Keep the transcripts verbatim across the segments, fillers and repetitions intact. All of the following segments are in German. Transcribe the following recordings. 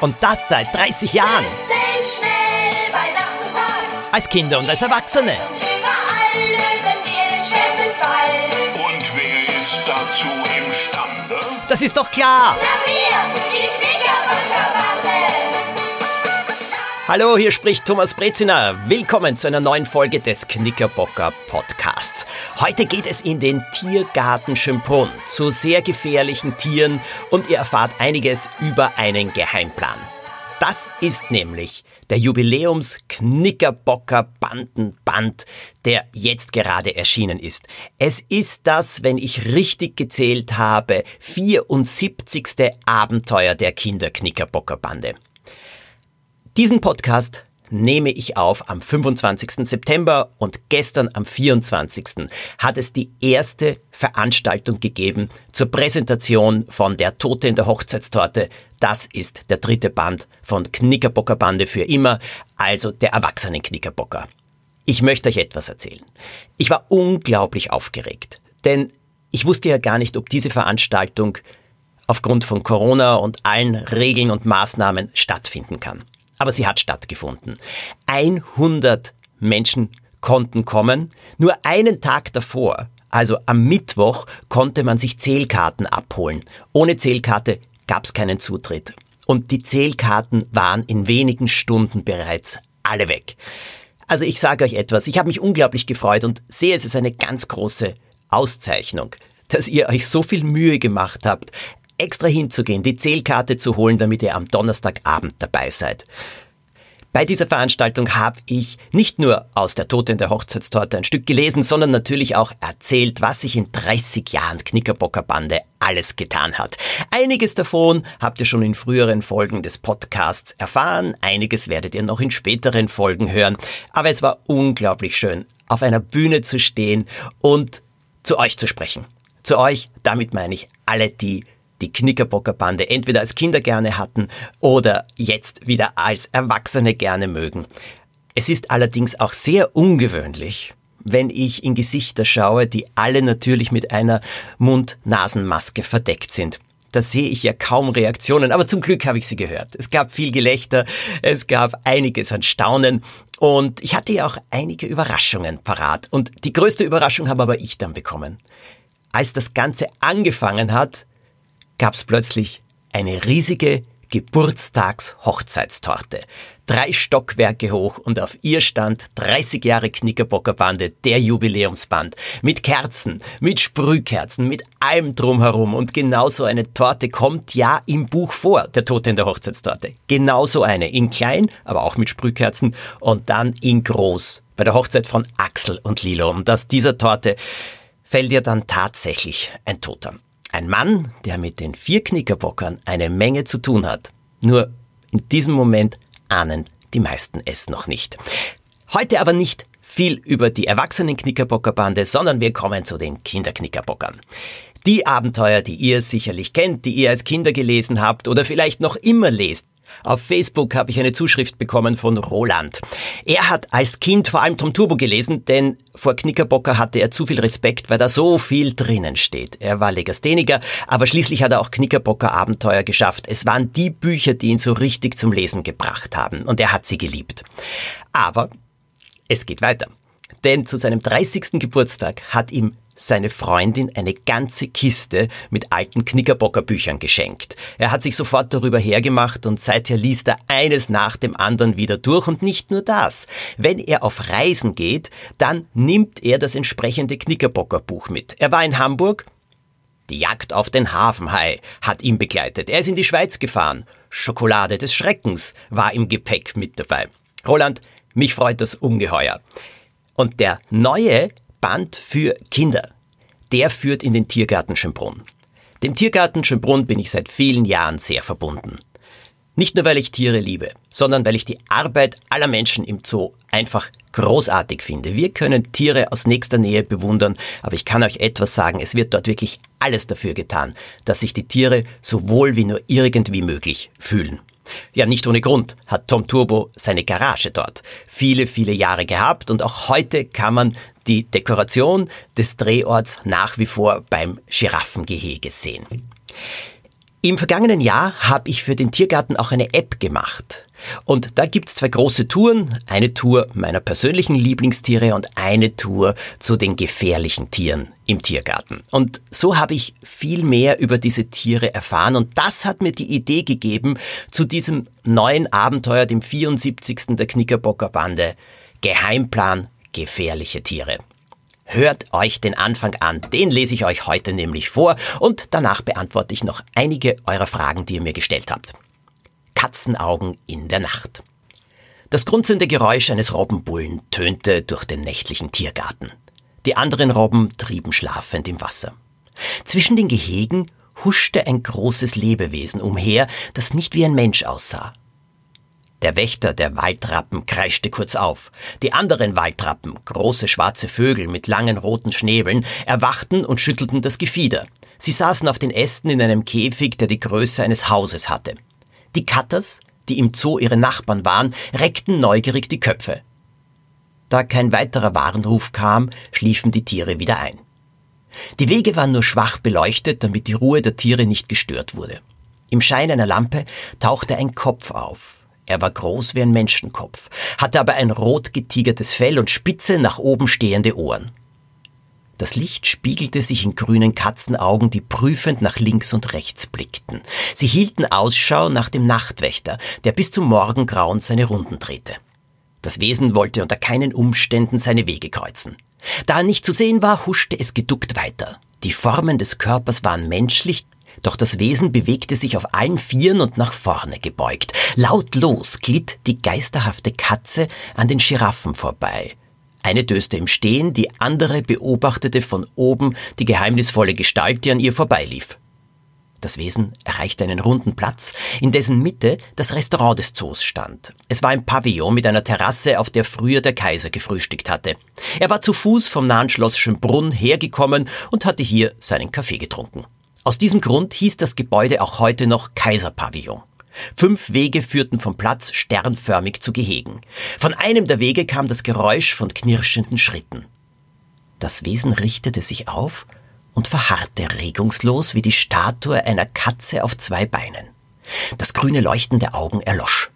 Und das seit dreißig Jahren. Schnell bei Nacht und Tag. Als Kinder und als Erwachsene. Und überall lösen wir den schwersten Fall. Und wer ist dazu imstande? Das ist doch klar. Na wir, die Knickerbockerbande. Hallo, hier spricht Thomas Breziner. Willkommen zu einer neuen Folge des Knickerbocker Podcasts. Heute geht es in den Tiergarten Schönbrunn zu sehr gefährlichen Tieren und ihr erfahrt einiges über einen Geheimplan. Das ist nämlich der Jubiläums-Knickerbocker-Bandenband, der jetzt gerade erschienen ist. Es ist das, wenn ich richtig gezählt habe, vierundsiebzigste Abenteuer der Kinder-Knickerbocker-Bande. Diesen Podcast nehme ich auf am fünfundzwanzigsten September und gestern am vierundzwanzigsten hat es die erste Veranstaltung gegeben zur Präsentation von Der Tote in der Hochzeitstorte. Das ist der dritte Band von Knickerbocker Bande für immer, also der erwachsenen Knickerbocker. Ich möchte euch etwas erzählen. Ich war unglaublich aufgeregt, denn ich wusste ja gar nicht, ob diese Veranstaltung aufgrund von Corona und allen Regeln und Maßnahmen stattfinden kann. Aber sie hat stattgefunden. hundert Menschen konnten kommen. Nur einen Tag davor, also am Mittwoch, konnte man sich Zählkarten abholen. Ohne Zählkarte gab es keinen Zutritt. Und die Zählkarten waren in wenigen Stunden bereits alle weg. Also ich sage euch etwas, ich habe mich unglaublich gefreut und sehe es als eine ganz große Auszeichnung, dass ihr euch so viel Mühe gemacht habt, extra hinzugehen, die Zählkarte zu holen, damit ihr am Donnerstagabend dabei seid. Bei dieser Veranstaltung habe ich nicht nur aus Der Tote in der Hochzeitstorte ein Stück gelesen, sondern natürlich auch erzählt, was sich in dreißig Jahren Knickerbocker Bande alles getan hat. Einiges davon habt ihr schon in früheren Folgen des Podcasts erfahren, einiges werdet ihr noch in späteren Folgen hören, aber es war unglaublich schön, auf einer Bühne zu stehen und zu euch zu sprechen. Zu euch, damit meine ich alle, die die Knickerbocker Bande entweder als Kinder gerne hatten oder jetzt wieder als Erwachsene gerne mögen. Es ist allerdings auch sehr ungewöhnlich, wenn ich in Gesichter schaue, die alle natürlich mit einer Mund-Nasen-Maske verdeckt sind. Da sehe ich ja kaum Reaktionen, aber zum Glück habe ich sie gehört. Es gab viel Gelächter, es gab einiges an Staunen und ich hatte ja auch einige Überraschungen parat. Und die größte Überraschung habe aber ich dann bekommen. Als das Ganze angefangen hat, gab es plötzlich eine riesige Geburtstags-Hochzeitstorte. Drei Stockwerke hoch und auf ihr stand dreißig Jahre Knickerbocker Bande, der Jubiläumsband. Mit Kerzen, mit Sprühkerzen, mit allem drumherum. Und genauso eine Torte kommt ja im Buch vor, Der Tote in der Hochzeitstorte. Genauso eine, in klein, aber auch mit Sprühkerzen und dann in groß. Bei der Hochzeit von Axel und Lilo. Und aus dieser Torte fällt ihr dann tatsächlich ein Toter. Ein Mann, der mit den vier Knickerbockern eine Menge zu tun hat. Nur in diesem Moment ahnen die meisten es noch nicht. Heute aber nicht viel über die erwachsenen Knickerbocker-Bande, sondern wir kommen zu den Kinderknickerbockern. Die Abenteuer, die ihr sicherlich kennt, die ihr als Kinder gelesen habt oder vielleicht noch immer lest. Auf Facebook habe ich eine Zuschrift bekommen von Roland. Er hat als Kind vor allem Tom Turbo gelesen, denn vor Knickerbocker hatte er zu viel Respekt, weil da so viel drinnen steht. Er war Legastheniker, aber schließlich hat er auch Knickerbocker Abenteuer geschafft. Es waren die Bücher, die ihn so richtig zum Lesen gebracht haben und er hat sie geliebt. Aber es geht weiter, denn zu seinem dreißigsten Geburtstag hat ihm seine Freundin eine ganze Kiste mit alten Knickerbocker-Büchern geschenkt. Er hat sich sofort darüber hergemacht und seither liest er eines nach dem anderen wieder durch. Und nicht nur das. Wenn er auf Reisen geht, dann nimmt er das entsprechende Knickerbocker-Buch mit. Er war in Hamburg. Die Jagd auf den Hafenhai hat ihn begleitet. Er ist in die Schweiz gefahren. Schokolade des Schreckens war im Gepäck mit dabei. Roland, mich freut das ungeheuer. Und der neue Band für Kinder, der führt in den Tiergarten Schönbrunn. Dem Tiergarten Schönbrunn bin ich seit vielen Jahren sehr verbunden. Nicht nur, weil ich Tiere liebe, sondern weil ich die Arbeit aller Menschen im Zoo einfach großartig finde. Wir können Tiere aus nächster Nähe bewundern, aber ich kann euch etwas sagen, es wird dort wirklich alles dafür getan, dass sich die Tiere so wohl wie nur irgendwie möglich fühlen. Ja, nicht ohne Grund hat Tom Turbo seine Garage dort viele, viele Jahre gehabt und auch heute kann man die Dekoration des Drehorts nach wie vor beim Giraffengehege sehen. Im vergangenen Jahr habe ich für den Tiergarten auch eine App gemacht. Und da gibt's zwei große Touren. Eine Tour meiner persönlichen Lieblingstiere und eine Tour zu den gefährlichen Tieren im Tiergarten. Und so habe ich viel mehr über diese Tiere erfahren. Und das hat mir die Idee gegeben zu diesem neuen Abenteuer, dem vierundsiebzigsten der Knickerbocker Bande. Geheimplan gefährliche Tiere. Hört euch den Anfang an, den lese ich euch heute nämlich vor und danach beantworte ich noch einige eurer Fragen, die ihr mir gestellt habt. Katzenaugen in der Nacht. Das grunzende Geräusch eines Robbenbullen tönte durch den nächtlichen Tiergarten. Die anderen Robben trieben schlafend im Wasser. Zwischen den Gehegen huschte ein großes Lebewesen umher, das nicht wie ein Mensch aussah. Der Wächter der Waldrappen kreischte kurz auf. Die anderen Waldrappen, große schwarze Vögel mit langen roten Schnäbeln, erwachten und schüttelten das Gefieder. Sie saßen auf den Ästen in einem Käfig, der die Größe eines Hauses hatte. Die Katters, die im Zoo ihre Nachbarn waren, reckten neugierig die Köpfe. Da kein weiterer Warnruf kam, schliefen die Tiere wieder ein. Die Wege waren nur schwach beleuchtet, damit die Ruhe der Tiere nicht gestört wurde. Im Schein einer Lampe tauchte ein Kopf auf. Er war groß wie ein Menschenkopf, hatte aber ein rot getigertes Fell und spitze, nach oben stehende Ohren. Das Licht spiegelte sich in grünen Katzenaugen, die prüfend nach links und rechts blickten. Sie hielten Ausschau nach dem Nachtwächter, der bis zum Morgengrauen seine Runden drehte. Das Wesen wollte unter keinen Umständen seine Wege kreuzen. Da er nicht zu sehen war, huschte es geduckt weiter. Die Formen des Körpers waren menschlich, doch das Wesen bewegte sich auf allen Vieren und nach vorne gebeugt. Lautlos glitt die geisterhafte Katze an den Giraffen vorbei. Eine döste im Stehen, die andere beobachtete von oben die geheimnisvolle Gestalt, die an ihr vorbeilief. Das Wesen erreichte einen runden Platz, in dessen Mitte das Restaurant des Zoos stand. Es war ein Pavillon mit einer Terrasse, auf der früher der Kaiser gefrühstückt hatte. Er war zu Fuß vom nahen Schloss Schönbrunn hergekommen und hatte hier seinen Kaffee getrunken. Aus diesem Grund hieß das Gebäude auch heute noch Kaiserpavillon. Fünf Wege führten vom Platz sternförmig zu Gehegen. Von einem der Wege kam das Geräusch von knirschenden Schritten. Das Wesen richtete sich auf und verharrte regungslos wie die Statue einer Katze auf zwei Beinen. Das grüne Leuchten der Augen erlosch.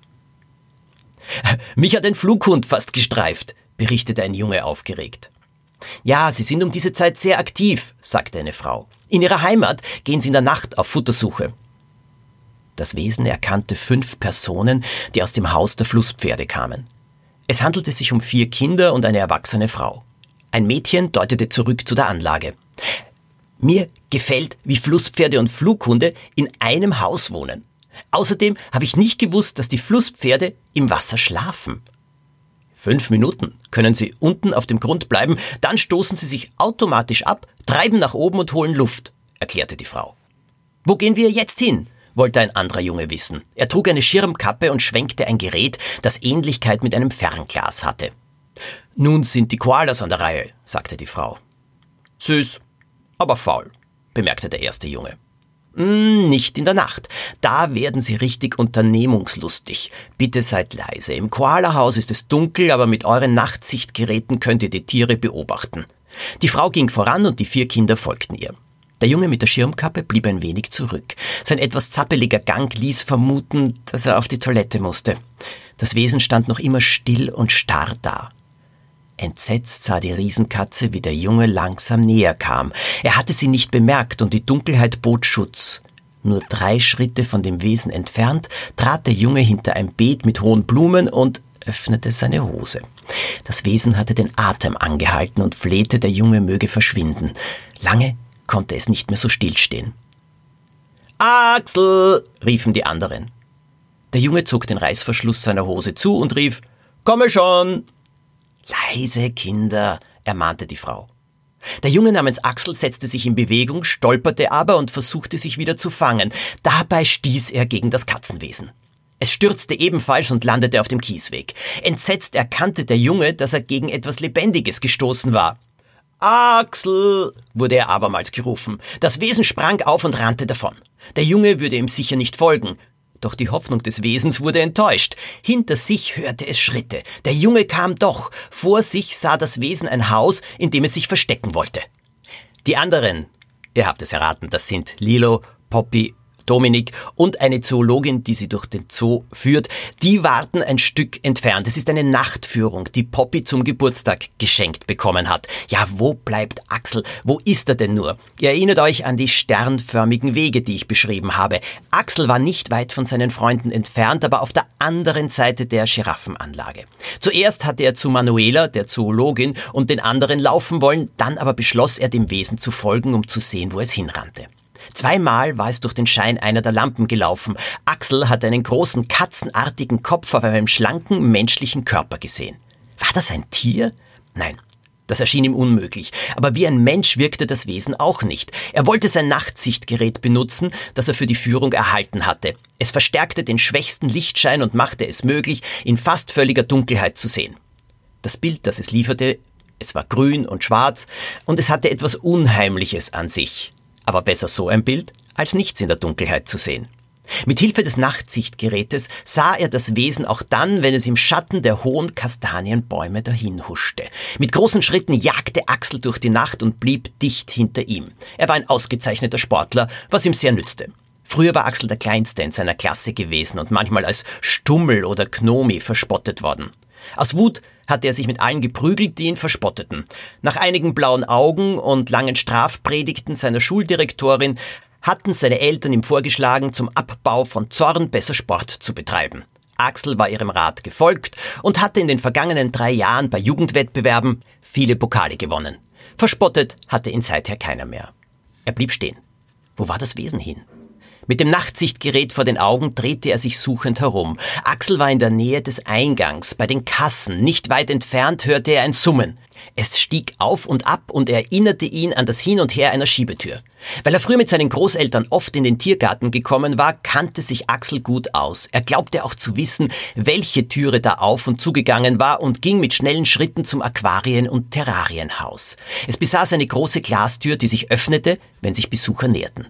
»Mich hat ein Flughund fast gestreift«, berichtete ein Junge aufgeregt. »Ja, Sie sind um diese Zeit sehr aktiv«, sagte eine Frau. »In Ihrer Heimat gehen Sie in der Nacht auf Futtersuche.« Das Wesen erkannte fünf Personen, die aus dem Haus der Flusspferde kamen. Es handelte sich um vier Kinder und eine erwachsene Frau. Ein Mädchen deutete zurück zu der Anlage. »Mir gefällt, wie Flusspferde und Flughunde in einem Haus wohnen. Außerdem habe ich nicht gewusst, dass die Flusspferde im Wasser schlafen. Fünf Minuten können sie unten auf dem Grund bleiben, dann stoßen sie sich automatisch ab, treiben nach oben und holen Luft«, erklärte die Frau. »Wo gehen wir jetzt hin?« wollte ein anderer Junge wissen. Er trug eine Schirmkappe und schwenkte ein Gerät, das Ähnlichkeit mit einem Fernglas hatte. »Nun sind die Koalas an der Reihe«, sagte die Frau. »Süß, aber faul«, bemerkte der erste Junge. Mm, »Nicht in der Nacht. Da werden sie richtig unternehmungslustig. Bitte seid leise. Im Koalahaus ist es dunkel, aber mit euren Nachtsichtgeräten könnt ihr die Tiere beobachten.« Die Frau ging voran und die vier Kinder folgten ihr. Der Junge mit der Schirmkappe blieb ein wenig zurück. Sein etwas zappeliger Gang ließ vermuten, dass er auf die Toilette musste. Das Wesen stand noch immer still und starr da. Entsetzt sah die Riesenkatze, wie der Junge langsam näher kam. Er hatte sie nicht bemerkt und die Dunkelheit bot Schutz. Nur drei Schritte von dem Wesen entfernt trat der Junge hinter ein Beet mit hohen Blumen und öffnete seine Hose. Das Wesen hatte den Atem angehalten und flehte, der Junge möge verschwinden. Lange konnte es nicht mehr so stillstehen. »Axel«, riefen die anderen. Der Junge zog den Reißverschluss seiner Hose zu und rief, »Komme schon!« »Leise, Kinder«, ermahnte die Frau. Der Junge namens Axel setzte sich in Bewegung, stolperte aber und versuchte sich wieder zu fangen. Dabei stieß er gegen das Katzenwesen. Es stürzte ebenfalls und landete auf dem Kiesweg. Entsetzt erkannte der Junge, dass er gegen etwas Lebendiges gestoßen war. »Axel«, wurde er abermals gerufen. Das Wesen sprang auf und rannte davon. Der Junge würde ihm sicher nicht folgen. Doch die Hoffnung des Wesens wurde enttäuscht. Hinter sich hörte es Schritte. Der Junge kam doch. Vor sich sah das Wesen ein Haus, in dem es sich verstecken wollte. Die anderen, ihr habt es erraten, das sind Lilo, Poppy, Dominik und eine Zoologin, die sie durch den Zoo führt, die warten ein Stück entfernt. Es ist eine Nachtführung, die Poppy zum Geburtstag geschenkt bekommen hat. Ja, wo bleibt Axel? Wo ist er denn nur? Ihr erinnert euch an die sternförmigen Wege, die ich beschrieben habe. Axel war nicht weit von seinen Freunden entfernt, aber auf der anderen Seite der Giraffenanlage. Zuerst hatte er zu Manuela, der Zoologin, und den anderen laufen wollen, dann aber beschloss er, dem Wesen zu folgen, um zu sehen, wo es hinrannte. Zweimal war es durch den Schein einer der Lampen gelaufen. Axel hatte einen großen katzenartigen Kopf auf einem schlanken menschlichen Körper gesehen. War das ein Tier? Nein, das erschien ihm unmöglich. Aber wie ein Mensch wirkte das Wesen auch nicht. Er wollte sein Nachtsichtgerät benutzen, das er für die Führung erhalten hatte. Es verstärkte den schwächsten Lichtschein und machte es möglich, in fast völliger Dunkelheit zu sehen. Das Bild, das es lieferte, es war grün und schwarz und es hatte etwas Unheimliches an sich. Aber besser so ein Bild, als nichts in der Dunkelheit zu sehen. Mit Hilfe des Nachtsichtgerätes sah er das Wesen auch dann, wenn es im Schatten der hohen Kastanienbäume dahinhuschte. Mit großen Schritten jagte Axel durch die Nacht und blieb dicht hinter ihm. Er war ein ausgezeichneter Sportler, was ihm sehr nützte. Früher war Axel der Kleinste in seiner Klasse gewesen und manchmal als Stummel oder Gnomi verspottet worden. Aus Wut hatte er sich mit allen geprügelt, die ihn verspotteten. Nach einigen blauen Augen und langen Strafpredigten seiner Schuldirektorin hatten seine Eltern ihm vorgeschlagen, zum Abbau von Zorn besser Sport zu betreiben. Axel war ihrem Rat gefolgt und hatte in den vergangenen drei Jahren bei Jugendwettbewerben viele Pokale gewonnen. Verspottet hatte ihn seither keiner mehr. Er blieb stehen. Wo war das Wesen hin? Mit dem Nachtsichtgerät vor den Augen drehte er sich suchend herum. Axel war in der Nähe des Eingangs, bei den Kassen. Nicht weit entfernt hörte er ein Summen. Es stieg auf und ab und erinnerte ihn an das Hin und Her einer Schiebetür. Weil er früher mit seinen Großeltern oft in den Tiergarten gekommen war, kannte sich Axel gut aus. Er glaubte auch zu wissen, welche Türe da auf und zugegangen war und ging mit schnellen Schritten zum Aquarien- und Terrarienhaus. Es besaß eine große Glastür, die sich öffnete, wenn sich Besucher näherten.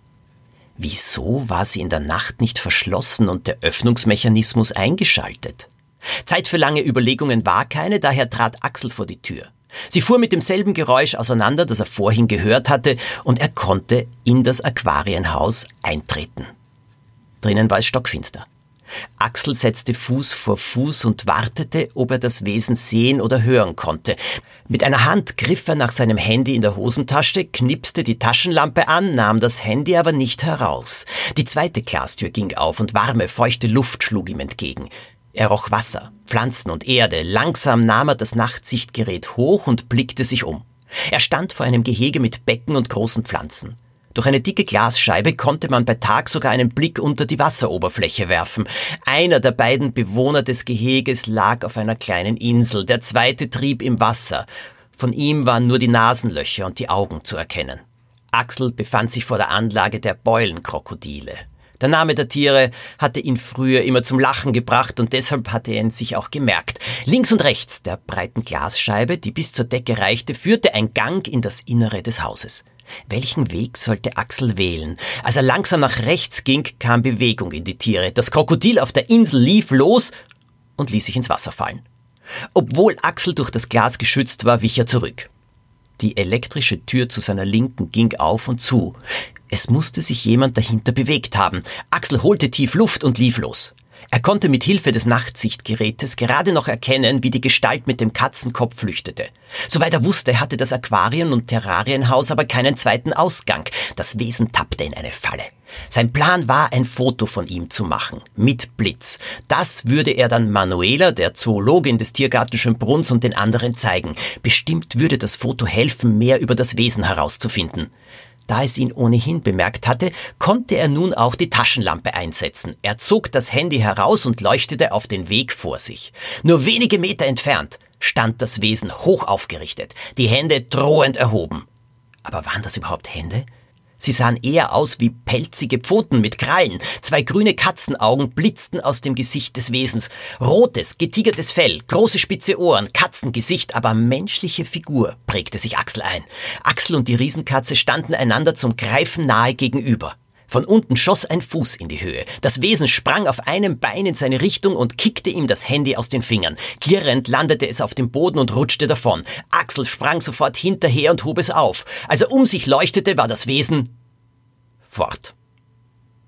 Wieso war sie in der Nacht nicht verschlossen und der Öffnungsmechanismus eingeschaltet? Zeit für lange Überlegungen war keine, daher trat Axel vor die Tür. Sie fuhr mit demselben Geräusch auseinander, das er vorhin gehört hatte, und er konnte in das Aquarienhaus eintreten. Drinnen war es stockfinster. Axel setzte Fuß vor Fuß und wartete, ob er das Wesen sehen oder hören konnte. Mit einer Hand griff er nach seinem Handy in der Hosentasche, knipste die Taschenlampe an, nahm das Handy aber nicht heraus. Die zweite Glastür ging auf und warme, feuchte Luft schlug ihm entgegen. Er roch Wasser, Pflanzen und Erde. Langsam nahm er das Nachtsichtgerät hoch und blickte sich um. Er stand vor einem Gehege mit Becken und großen Pflanzen. Durch eine dicke Glasscheibe konnte man bei Tag sogar einen Blick unter die Wasseroberfläche werfen. Einer der beiden Bewohner des Geheges lag auf einer kleinen Insel, der zweite trieb im Wasser. Von ihm waren nur die Nasenlöcher und die Augen zu erkennen. Axel befand sich vor der Anlage der Beulenkrokodile. Der Name der Tiere hatte ihn früher immer zum Lachen gebracht und deshalb hatte er ihn sich auch gemerkt. Links und rechts der breiten Glasscheibe, die bis zur Decke reichte, führte ein Gang in das Innere des Hauses. Welchen Weg sollte Axel wählen? Als er langsam nach rechts ging, kam Bewegung in die Tiere. Das Krokodil auf der Insel lief los und ließ sich ins Wasser fallen. Obwohl Axel durch das Glas geschützt war, wich er zurück. Die elektrische Tür zu seiner Linken ging auf und zu. Es musste sich jemand dahinter bewegt haben. Axel holte tief Luft und lief los. Er konnte mit Hilfe des Nachtsichtgerätes gerade noch erkennen, wie die Gestalt mit dem Katzenkopf flüchtete. Soweit er wusste, hatte das Aquarien- und Terrarienhaus aber keinen zweiten Ausgang. Das Wesen tappte in eine Falle. Sein Plan war, ein Foto von ihm zu machen, mit Blitz. Das würde er dann Manuela, der Zoologin des Tiergartens Schönbrunns, und den anderen zeigen. Bestimmt würde das Foto helfen, mehr über das Wesen herauszufinden. Da es ihn ohnehin bemerkt hatte, konnte er nun auch die Taschenlampe einsetzen. Er zog das Handy heraus und leuchtete auf den Weg vor sich. Nur wenige Meter entfernt stand das Wesen hoch aufgerichtet, die Hände drohend erhoben. Aber waren das überhaupt Hände? Sie sahen eher aus wie pelzige Pfoten mit Krallen. Zwei grüne Katzenaugen blitzten aus dem Gesicht des Wesens. Rotes, getigertes Fell, große spitze Ohren, Katzengesicht, aber menschliche Figur, prägte sich Axel ein. Axel und die Riesenkatze standen einander zum Greifen nahe gegenüber. Von unten schoss ein Fuß in die Höhe. Das Wesen sprang auf einem Bein in seine Richtung und kickte ihm das Handy aus den Fingern. Klirrend landete es auf dem Boden und rutschte davon. Axel sprang sofort hinterher und hob es auf. Als er um sich leuchtete, war das Wesen fort.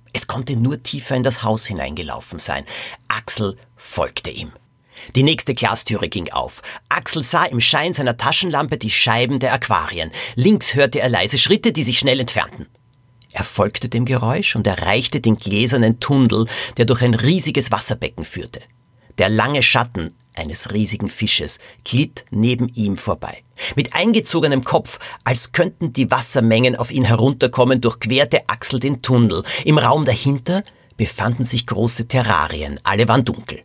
Es konnte nur tiefer in das Haus hineingelaufen sein. Axel folgte ihm. Die nächste Glastüre ging auf. Axel sah im Schein seiner Taschenlampe die Scheiben der Aquarien. Links hörte er leise Schritte, die sich schnell entfernten. Er folgte dem Geräusch und erreichte den gläsernen Tunnel, der durch ein riesiges Wasserbecken führte. Der lange Schatten eines riesigen Fisches glitt neben ihm vorbei. Mit eingezogenem Kopf, als könnten die Wassermengen auf ihn herunterkommen, durchquerte Axel den Tunnel. Im Raum dahinter befanden sich große Terrarien, alle waren dunkel.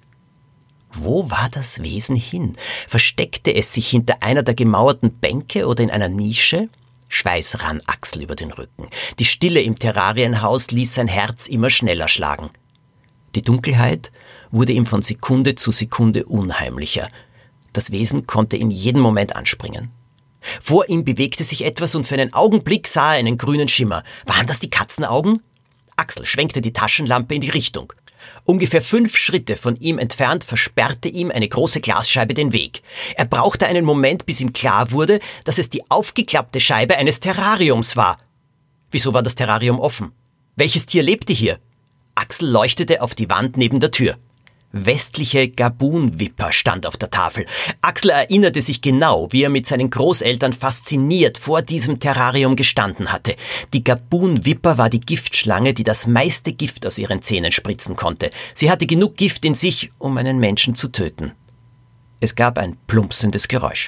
Wo war das Wesen hin? Versteckte es sich hinter einer der gemauerten Bänke oder in einer Nische? Schweiß rann Axel über den Rücken. Die Stille im Terrarienhaus ließ sein Herz immer schneller schlagen. Die Dunkelheit wurde ihm von Sekunde zu Sekunde unheimlicher. Das Wesen konnte in jedem Moment anspringen. Vor ihm bewegte sich etwas und für einen Augenblick sah er einen grünen Schimmer. Waren das die Katzenaugen? Axel schwenkte die Taschenlampe in die Richtung. Ungefähr fünf Schritte von ihm entfernt versperrte ihm eine große Glasscheibe den Weg. Er brauchte einen Moment, bis ihm klar wurde, dass es die aufgeklappte Scheibe eines Terrariums war. Wieso war das Terrarium offen? Welches Tier lebte hier? Axel leuchtete auf die Wand neben der Tür. Westliche Gabunwipper stand auf der Tafel. Axel erinnerte sich genau, wie er mit seinen Großeltern fasziniert vor diesem Terrarium gestanden hatte. Die Gabunwipper war die Giftschlange, die das meiste Gift aus ihren Zähnen spritzen konnte. Sie hatte genug Gift in sich, um einen Menschen zu töten. Es gab ein plumpsendes Geräusch.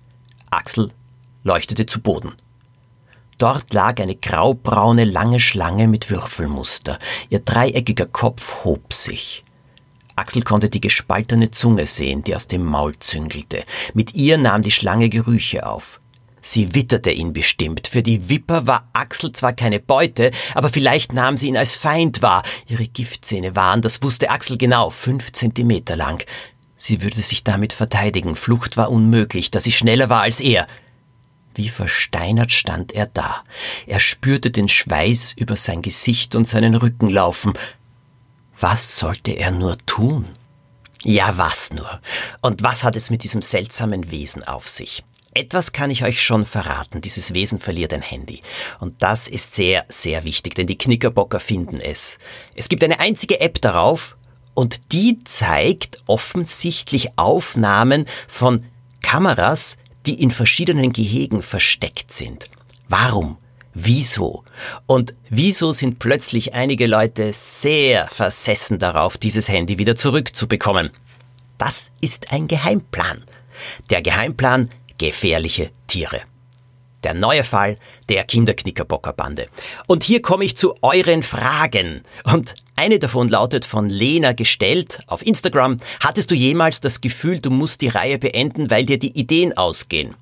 Axel leuchtete zu Boden. Dort lag eine graubraune lange Schlange mit Würfelmuster. Ihr dreieckiger Kopf hob sich. Axel konnte die gespaltene Zunge sehen, die aus dem Maul züngelte. Mit ihr nahm die Schlange Gerüche auf. Sie witterte ihn bestimmt. Für die Wipper war Axel zwar keine Beute, aber vielleicht nahm sie ihn als Feind wahr. Ihre Giftzähne waren, das wusste Axel genau, fünf Zentimeter lang. Sie würde sich damit verteidigen. Flucht war unmöglich, da sie schneller war als er. Wie versteinert stand er da. Er spürte den Schweiß über sein Gesicht und seinen Rücken laufen. Was sollte er nur tun? Ja, was nur? Und was hat es mit diesem seltsamen Wesen auf sich? Etwas kann ich euch schon verraten. Dieses Wesen verliert ein Handy. Und das ist sehr, sehr wichtig, denn die Knickerbocker finden es. Es gibt eine einzige App darauf und die zeigt offensichtlich Aufnahmen von Kameras, die in verschiedenen Gehegen versteckt sind. Warum? Wieso? Und wieso sind plötzlich einige Leute sehr versessen darauf, dieses Handy wieder zurückzubekommen? Das ist ein Geheimplan. Der Geheimplan gefährliche Tiere. Der neue Fall der Kinderknickerbockerbande. Und hier komme ich zu euren Fragen. Und eine davon lautet von Lena gestellt auf Instagram. Hattest du jemals das Gefühl, du musst die Reihe beenden, weil dir die Ideen ausgehen?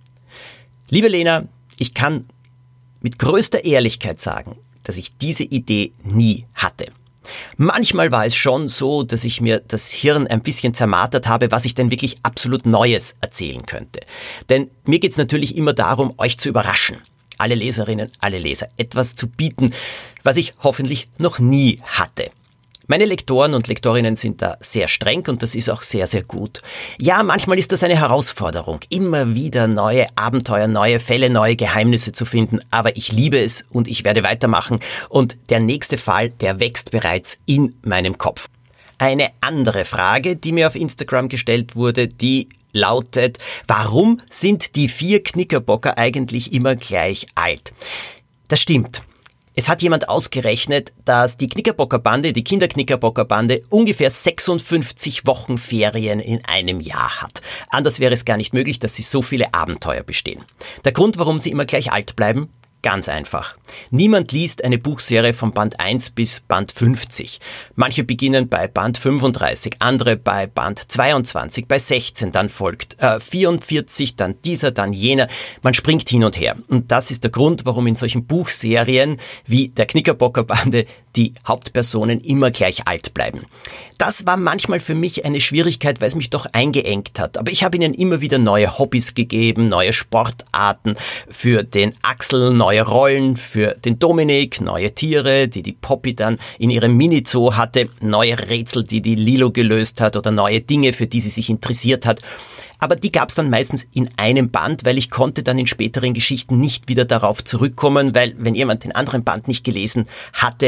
Liebe Lena, ich kann mit größter Ehrlichkeit sagen, dass ich diese Idee nie hatte. Manchmal war es schon so, dass ich mir das Hirn ein bisschen zermartert habe, was ich denn wirklich absolut Neues erzählen könnte. Denn mir geht es natürlich immer darum, euch zu überraschen. Alle Leserinnen, alle Leser, etwas zu bieten, was ich hoffentlich noch nie hatte. Meine Lektoren und Lektorinnen sind da sehr streng und das ist auch sehr, sehr gut. Ja, manchmal ist das eine Herausforderung, immer wieder neue Abenteuer, neue Fälle, neue Geheimnisse zu finden, aber ich liebe es und ich werde weitermachen und der nächste Fall, der wächst bereits in meinem Kopf. Eine andere Frage, die mir auf Instagram gestellt wurde, die lautet, warum sind die vier Knickerbocker eigentlich immer gleich alt? Das stimmt. Es hat jemand ausgerechnet, dass die Knickerbockerbande, die Kinderknickerbockerbande, ungefähr sechsundfünfzig Wochen Ferien in einem Jahr hat. Anders wäre es gar nicht möglich, dass sie so viele Abenteuer bestehen. Der Grund, warum sie immer gleich alt bleiben? Ganz einfach. Niemand liest eine Buchserie von Band eins bis Band fünfzig. Manche beginnen bei Band fünfunddreißig, andere bei Band zweiundzwanzig, bei sechzehn, dann folgt äh, vierundvierzig, dann dieser, dann jener. Man springt hin und her. Und das ist der Grund, warum in solchen Buchserien wie der Knickerbockerbande die Hauptpersonen immer gleich alt bleiben. Das war manchmal für mich eine Schwierigkeit, weil es mich doch eingeengt hat. Aber ich habe ihnen immer wieder neue Hobbys gegeben, neue Sportarten, für den Axel neue Rollen, für den Dominik neue Tiere, die die Poppy dann in ihrem Mini-Zoo hatte, neue Rätsel, die die Lilo gelöst hat oder neue Dinge, für die sie sich interessiert hat. Aber die gab es dann meistens in einem Band, weil ich konnte dann in späteren Geschichten nicht wieder darauf zurückkommen, weil wenn jemand den anderen Band nicht gelesen hatte,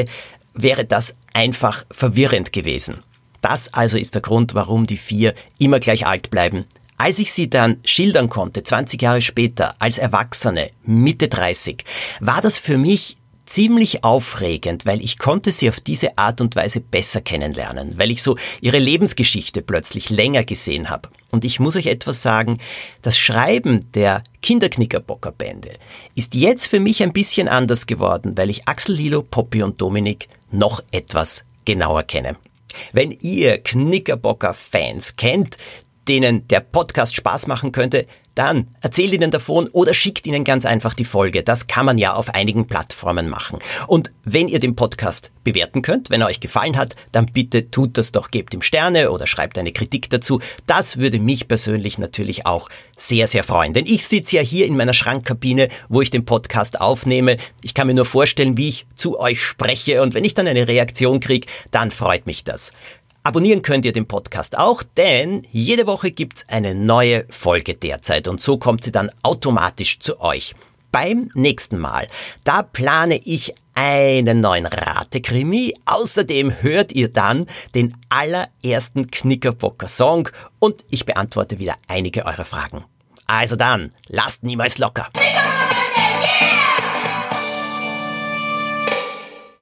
wäre das einfach verwirrend gewesen. Das also ist der Grund, warum die vier immer gleich alt bleiben. Als ich sie dann schildern konnte, zwanzig Jahre später, als Erwachsene, Mitte dreißig, war das für mich ziemlich aufregend, weil ich konnte sie auf diese Art und Weise besser kennenlernen, weil ich so ihre Lebensgeschichte plötzlich länger gesehen habe. Und ich muss euch etwas sagen, das Schreiben der Kinderknickerbocker-Bände ist jetzt für mich ein bisschen anders geworden, weil ich Axel, Lilo, Poppy und Dominik noch etwas genauer kenne. Wenn ihr Knickerbocker-Fans kennt, denen der Podcast Spaß machen könnte, dann erzählt ihnen davon oder schickt ihnen ganz einfach die Folge. Das kann man ja auf einigen Plattformen machen. Und wenn ihr den Podcast bewerten könnt, wenn er euch gefallen hat, dann bitte tut das doch, gebt ihm Sterne oder schreibt eine Kritik dazu. Das würde mich persönlich natürlich auch sehr, sehr freuen. Denn ich sitze ja hier in meiner Schrankkabine, wo ich den Podcast aufnehme. Ich kann mir nur vorstellen, wie ich zu euch spreche, und wenn ich dann eine Reaktion kriege, dann freut mich das. Abonnieren könnt ihr den Podcast auch, denn jede Woche gibt's eine neue Folge derzeit und so kommt sie dann automatisch zu euch. Beim nächsten Mal, da plane ich einen neuen Ratekrimi. Außerdem hört ihr dann den allerersten Knickerbocker-Song und ich beantworte wieder einige eurer Fragen. Also dann, lasst niemals locker.